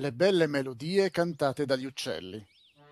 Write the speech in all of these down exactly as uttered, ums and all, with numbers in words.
Le belle melodie cantate dagli uccelli.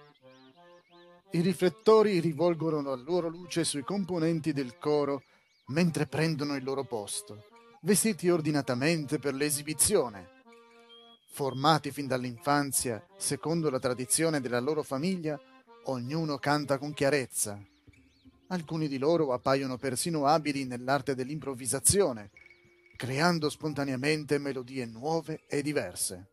I riflettori rivolgono la loro luce sui componenti del coro mentre prendono il loro posto, vestiti ordinatamente per l'esibizione. Formati fin dall'infanzia, secondo la tradizione della loro famiglia, ognuno canta con chiarezza. Alcuni di loro appaiono persino abili nell'arte dell'improvvisazione, creando spontaneamente melodie nuove e diverse.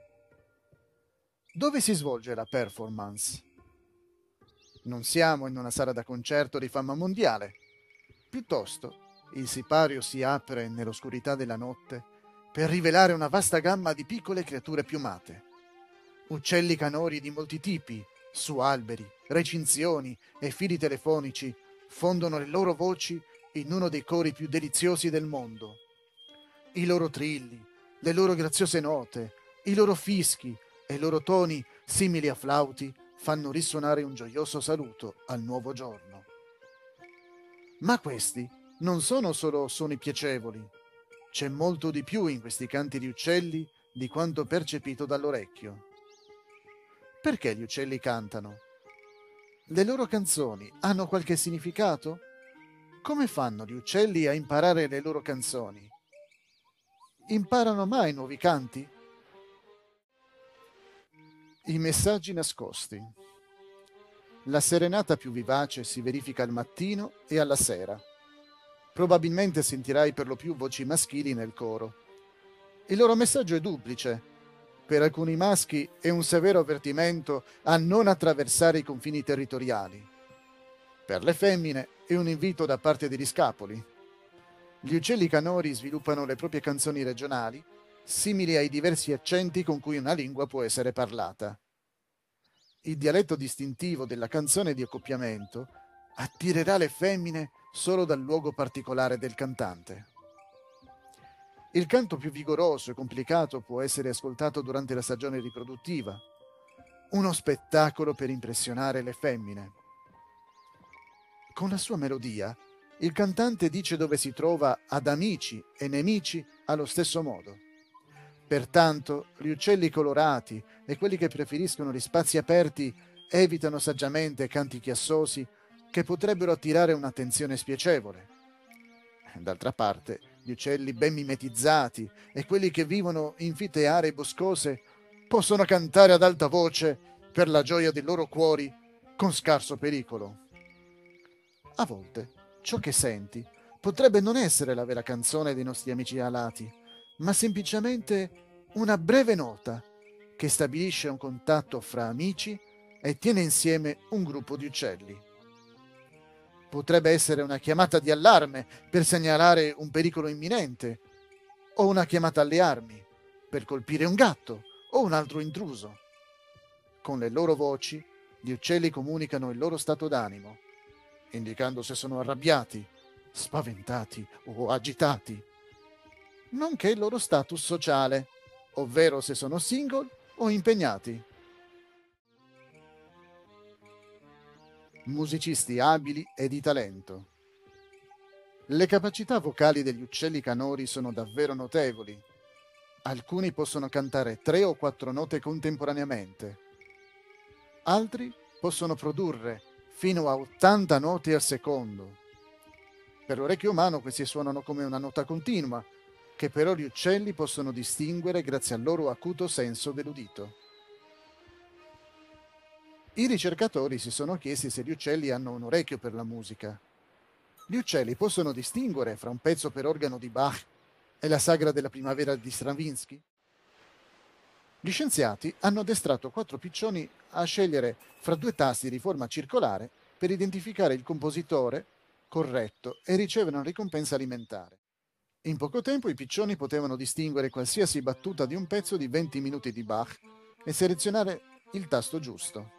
Dove si svolge la performance? Non siamo in una sala da concerto di fama mondiale. Piuttosto, il sipario si apre nell'oscurità della notte per rivelare una vasta gamma di piccole creature piumate. Uccelli canori di molti tipi, su alberi, recinzioni e fili telefonici, fondono le loro voci in uno dei cori più deliziosi del mondo. I loro trilli, le loro graziose note, i loro fischi e i loro toni, simili a flauti, fanno risuonare un gioioso saluto al nuovo giorno. Ma questi non sono solo suoni piacevoli. C'è molto di più in questi canti di uccelli di quanto percepito dall'orecchio. Perché gli uccelli cantano? Le loro canzoni hanno qualche significato? Come fanno gli uccelli a imparare le loro canzoni? Imparano mai nuovi canti? I messaggi nascosti. La serenata più vivace si verifica al mattino e alla sera. Probabilmente sentirai per lo più voci maschili nel coro. Il loro messaggio è duplice. Per alcuni maschi è un severo avvertimento a non attraversare i confini territoriali. Per le femmine è un invito da parte degli scapoli. Gli uccelli canori sviluppano le proprie canzoni regionali, simili ai diversi accenti con cui una lingua può essere parlata. Il dialetto distintivo della canzone di accoppiamento attirerà le femmine solo dal luogo particolare del cantante. Il canto più vigoroso e complicato può essere ascoltato durante la stagione riproduttiva, uno spettacolo per impressionare le femmine. Con la sua melodia, il cantante dice dove si trova ad amici e nemici allo stesso modo. Pertanto, gli uccelli colorati e quelli che preferiscono gli spazi aperti evitano saggiamente canti chiassosi che potrebbero attirare un'attenzione spiacevole. D'altra parte, gli uccelli ben mimetizzati e quelli che vivono in fitte aree boscose possono cantare ad alta voce per la gioia dei loro cuori con scarso pericolo. A volte, ciò che senti potrebbe non essere la vera canzone dei nostri amici alati, ma semplicemente una breve nota che stabilisce un contatto fra amici e tiene insieme un gruppo di uccelli. Potrebbe essere una chiamata di allarme per segnalare un pericolo imminente, o una chiamata alle armi per colpire un gatto o un altro intruso. Con le loro voci, gli uccelli comunicano il loro stato d'animo, indicando se sono arrabbiati, spaventati o agitati, nonché il loro status sociale, ovvero se sono single o impegnati. Musicisti abili e di talento. Le capacità vocali degli uccelli canori sono davvero notevoli. Alcuni possono cantare tre o quattro note contemporaneamente. Altri possono produrre fino a ottanta note al secondo. Per l'orecchio umano questi suonano come una nota continua, che però gli uccelli possono distinguere grazie al loro acuto senso dell'udito. I ricercatori si sono chiesti se gli uccelli hanno un orecchio per la musica. Gli uccelli possono distinguere fra un pezzo per organo di Bach e la sagra della primavera di Stravinsky? Gli scienziati hanno addestrato quattro piccioni a scegliere fra due tasti di forma circolare per identificare il compositore corretto e ricevere una ricompensa alimentare. In poco tempo i piccioni potevano distinguere qualsiasi battuta di un pezzo di venti minuti di Bach e selezionare il tasto giusto.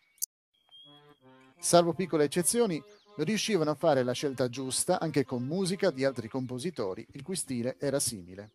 Salvo piccole eccezioni, riuscivano a fare la scelta giusta anche con musica di altri compositori, il cui stile era simile.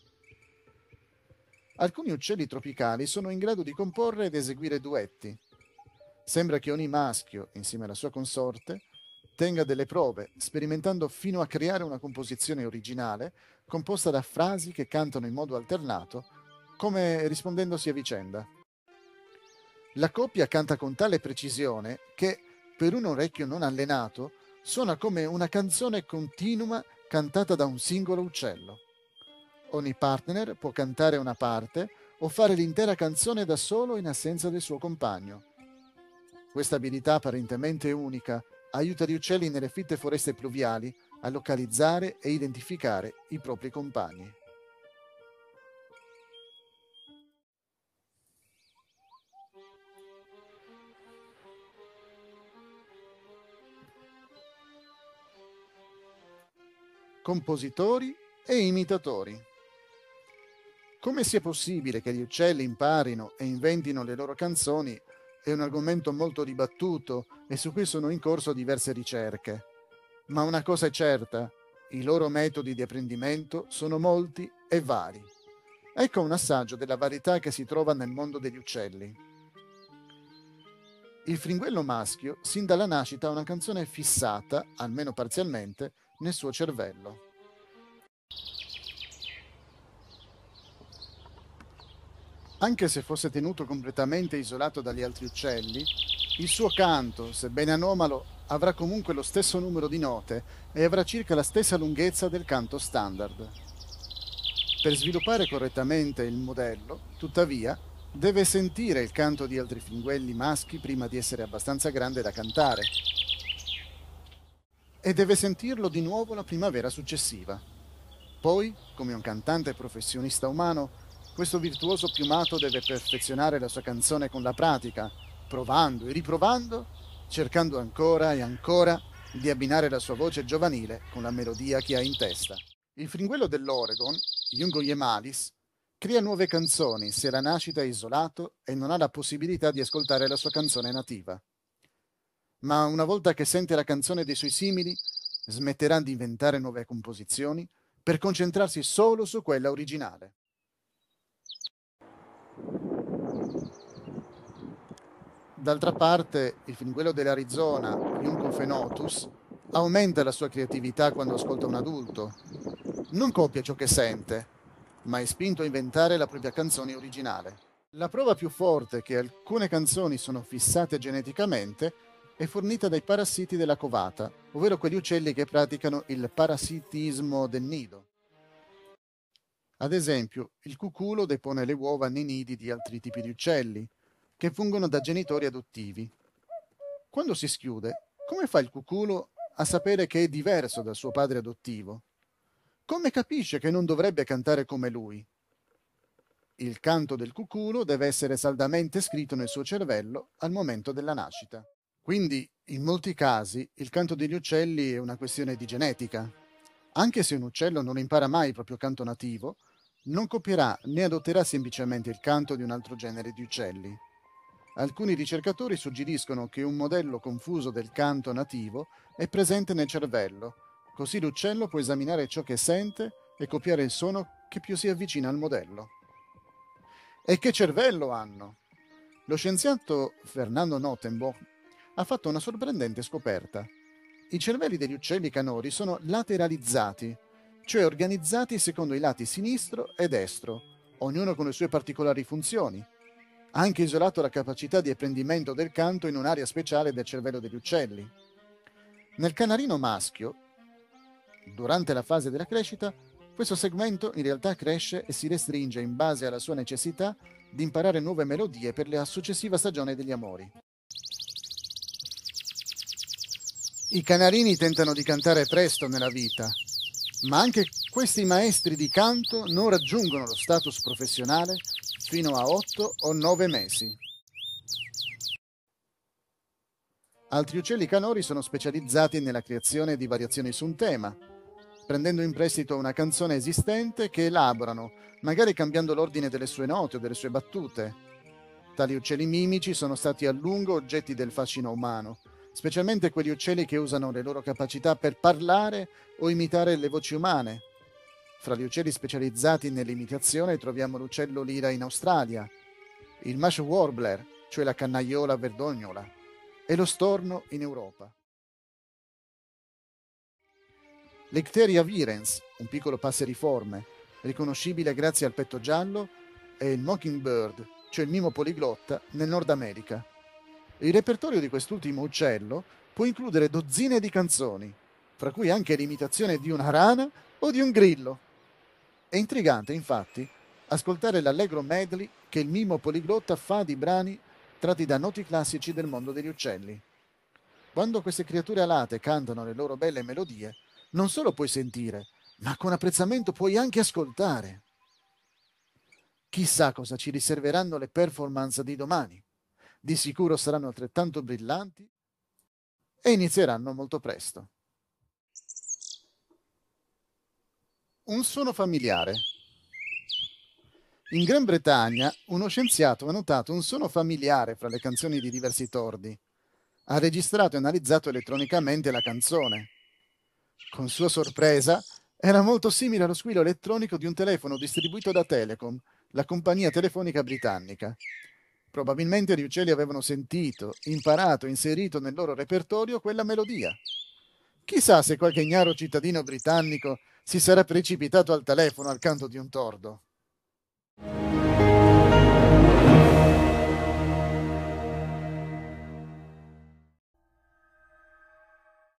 Alcuni uccelli tropicali sono in grado di comporre ed eseguire duetti. Sembra che ogni maschio, insieme alla sua consorte, tenga delle prove, sperimentando fino a creare una composizione originale composta da frasi che cantano in modo alternato come rispondendosi a vicenda. La coppia canta con tale precisione che, per un orecchio non allenato, suona come una canzone continua cantata da un singolo uccello. Ogni partner può cantare una parte o fare l'intera canzone da solo in assenza del suo compagno. Questa abilità apparentemente unica aiuta gli uccelli nelle fitte foreste pluviali a localizzare e identificare i propri compagni. Compositori e imitatori. Come sia possibile che gli uccelli imparino e inventino le loro canzoni è un argomento molto dibattuto e su cui sono in corso diverse ricerche. Ma una cosa è certa, i loro metodi di apprendimento sono molti e vari. Ecco un assaggio della varietà che si trova nel mondo degli uccelli. Il fringuello maschio, sin dalla nascita, ha una canzone fissata, almeno parzialmente, nel suo cervello. Anche se fosse tenuto completamente isolato dagli altri uccelli, il suo canto, sebbene anomalo, avrà comunque lo stesso numero di note e avrà circa la stessa lunghezza del canto standard. Per sviluppare correttamente il modello, tuttavia, deve sentire il canto di altri fringuelli maschi prima di essere abbastanza grande da cantare. E deve sentirlo di nuovo la primavera successiva. Poi, come un cantante professionista umano, questo virtuoso piumato deve perfezionare la sua canzone con la pratica, provando e riprovando, cercando ancora e ancora di abbinare la sua voce giovanile con la melodia che ha in testa. Il fringuello dell'Oregon, Junco Jemalis, crea nuove canzoni se alla nascita è isolato e non ha la possibilità di ascoltare la sua canzone nativa. Ma una volta che sente la canzone dei suoi simili, smetterà di inventare nuove composizioni per concentrarsi solo su quella originale. D'altra parte, il fringuello dell'Arizona, Junco Phenotus, aumenta la sua creatività quando ascolta un adulto. Non copia ciò che sente, ma è spinto a inventare la propria canzone originale. La prova più forte che alcune canzoni sono fissate geneticamente è fornita dai parassiti della covata, ovvero quegli uccelli che praticano il parassitismo del nido. Ad esempio, il cuculo depone le uova nei nidi di altri tipi di uccelli, che fungono da genitori adottivi. Quando si schiude, come fa il cuculo a sapere che è diverso dal suo padre adottivo? Come capisce che non dovrebbe cantare come lui? Il canto del cuculo deve essere saldamente scritto nel suo cervello al momento della nascita. Quindi, in molti casi, il canto degli uccelli è una questione di genetica. Anche se un uccello non impara mai il proprio canto nativo, non copierà né adotterà semplicemente il canto di un altro genere di uccelli. Alcuni ricercatori suggeriscono che un modello confuso del canto nativo è presente nel cervello, così l'uccello può esaminare ciò che sente e copiare il suono che più si avvicina al modello. E che cervello hanno? Lo scienziato Fernando Notenbock ha fatto una sorprendente scoperta. I cervelli degli uccelli canori sono lateralizzati, cioè organizzati secondo i lati sinistro e destro, ognuno con le sue particolari funzioni. Ha anche isolato la capacità di apprendimento del canto in un'area speciale del cervello degli uccelli. Nel canarino maschio, durante la fase della crescita, questo segmento in realtà cresce e si restringe in base alla sua necessità di imparare nuove melodie per la successiva stagione degli amori. I canarini tentano di cantare presto nella vita, ma anche questi maestri di canto non raggiungono lo status professionale fino a otto o nove mesi. Altri uccelli canori sono specializzati nella creazione di variazioni su un tema, prendendo in prestito una canzone esistente che elaborano, magari cambiando l'ordine delle sue note o delle sue battute. Tali uccelli mimici sono stati a lungo oggetti del fascino umano, specialmente quegli uccelli che usano le loro capacità per parlare o imitare le voci umane. Fra gli uccelli specializzati nell'imitazione troviamo l'uccello lira in Australia, il Marsh Warbler, cioè la cannaiola verdognola, e lo storno in Europa. L'Ecteria virens, un piccolo passeriforme, riconoscibile grazie al petto giallo, e il Mockingbird, cioè il mimo poliglotta, nel Nord America. Il repertorio di quest'ultimo uccello può includere dozzine di canzoni, fra cui anche l'imitazione di una rana o di un grillo. È intrigante, infatti, ascoltare l'allegro medley che il mimo poliglotta fa di brani tratti da noti classici del mondo degli uccelli. Quando queste creature alate cantano le loro belle melodie, non solo puoi sentire, ma con apprezzamento puoi anche ascoltare. Chissà cosa ci riserveranno le performance di domani. Di sicuro saranno altrettanto brillanti e inizieranno molto presto. Un suono familiare. In Gran Bretagna, uno scienziato ha notato un suono familiare fra le canzoni di diversi tordi. Ha registrato e analizzato elettronicamente la canzone. Con sua sorpresa, era molto simile allo squillo elettronico di un telefono distribuito da Telecom, la compagnia telefonica britannica. Probabilmente gli uccelli avevano sentito, imparato e inserito nel loro repertorio quella melodia. Chissà se qualche ignaro cittadino britannico si sarà precipitato al telefono al canto di un tordo.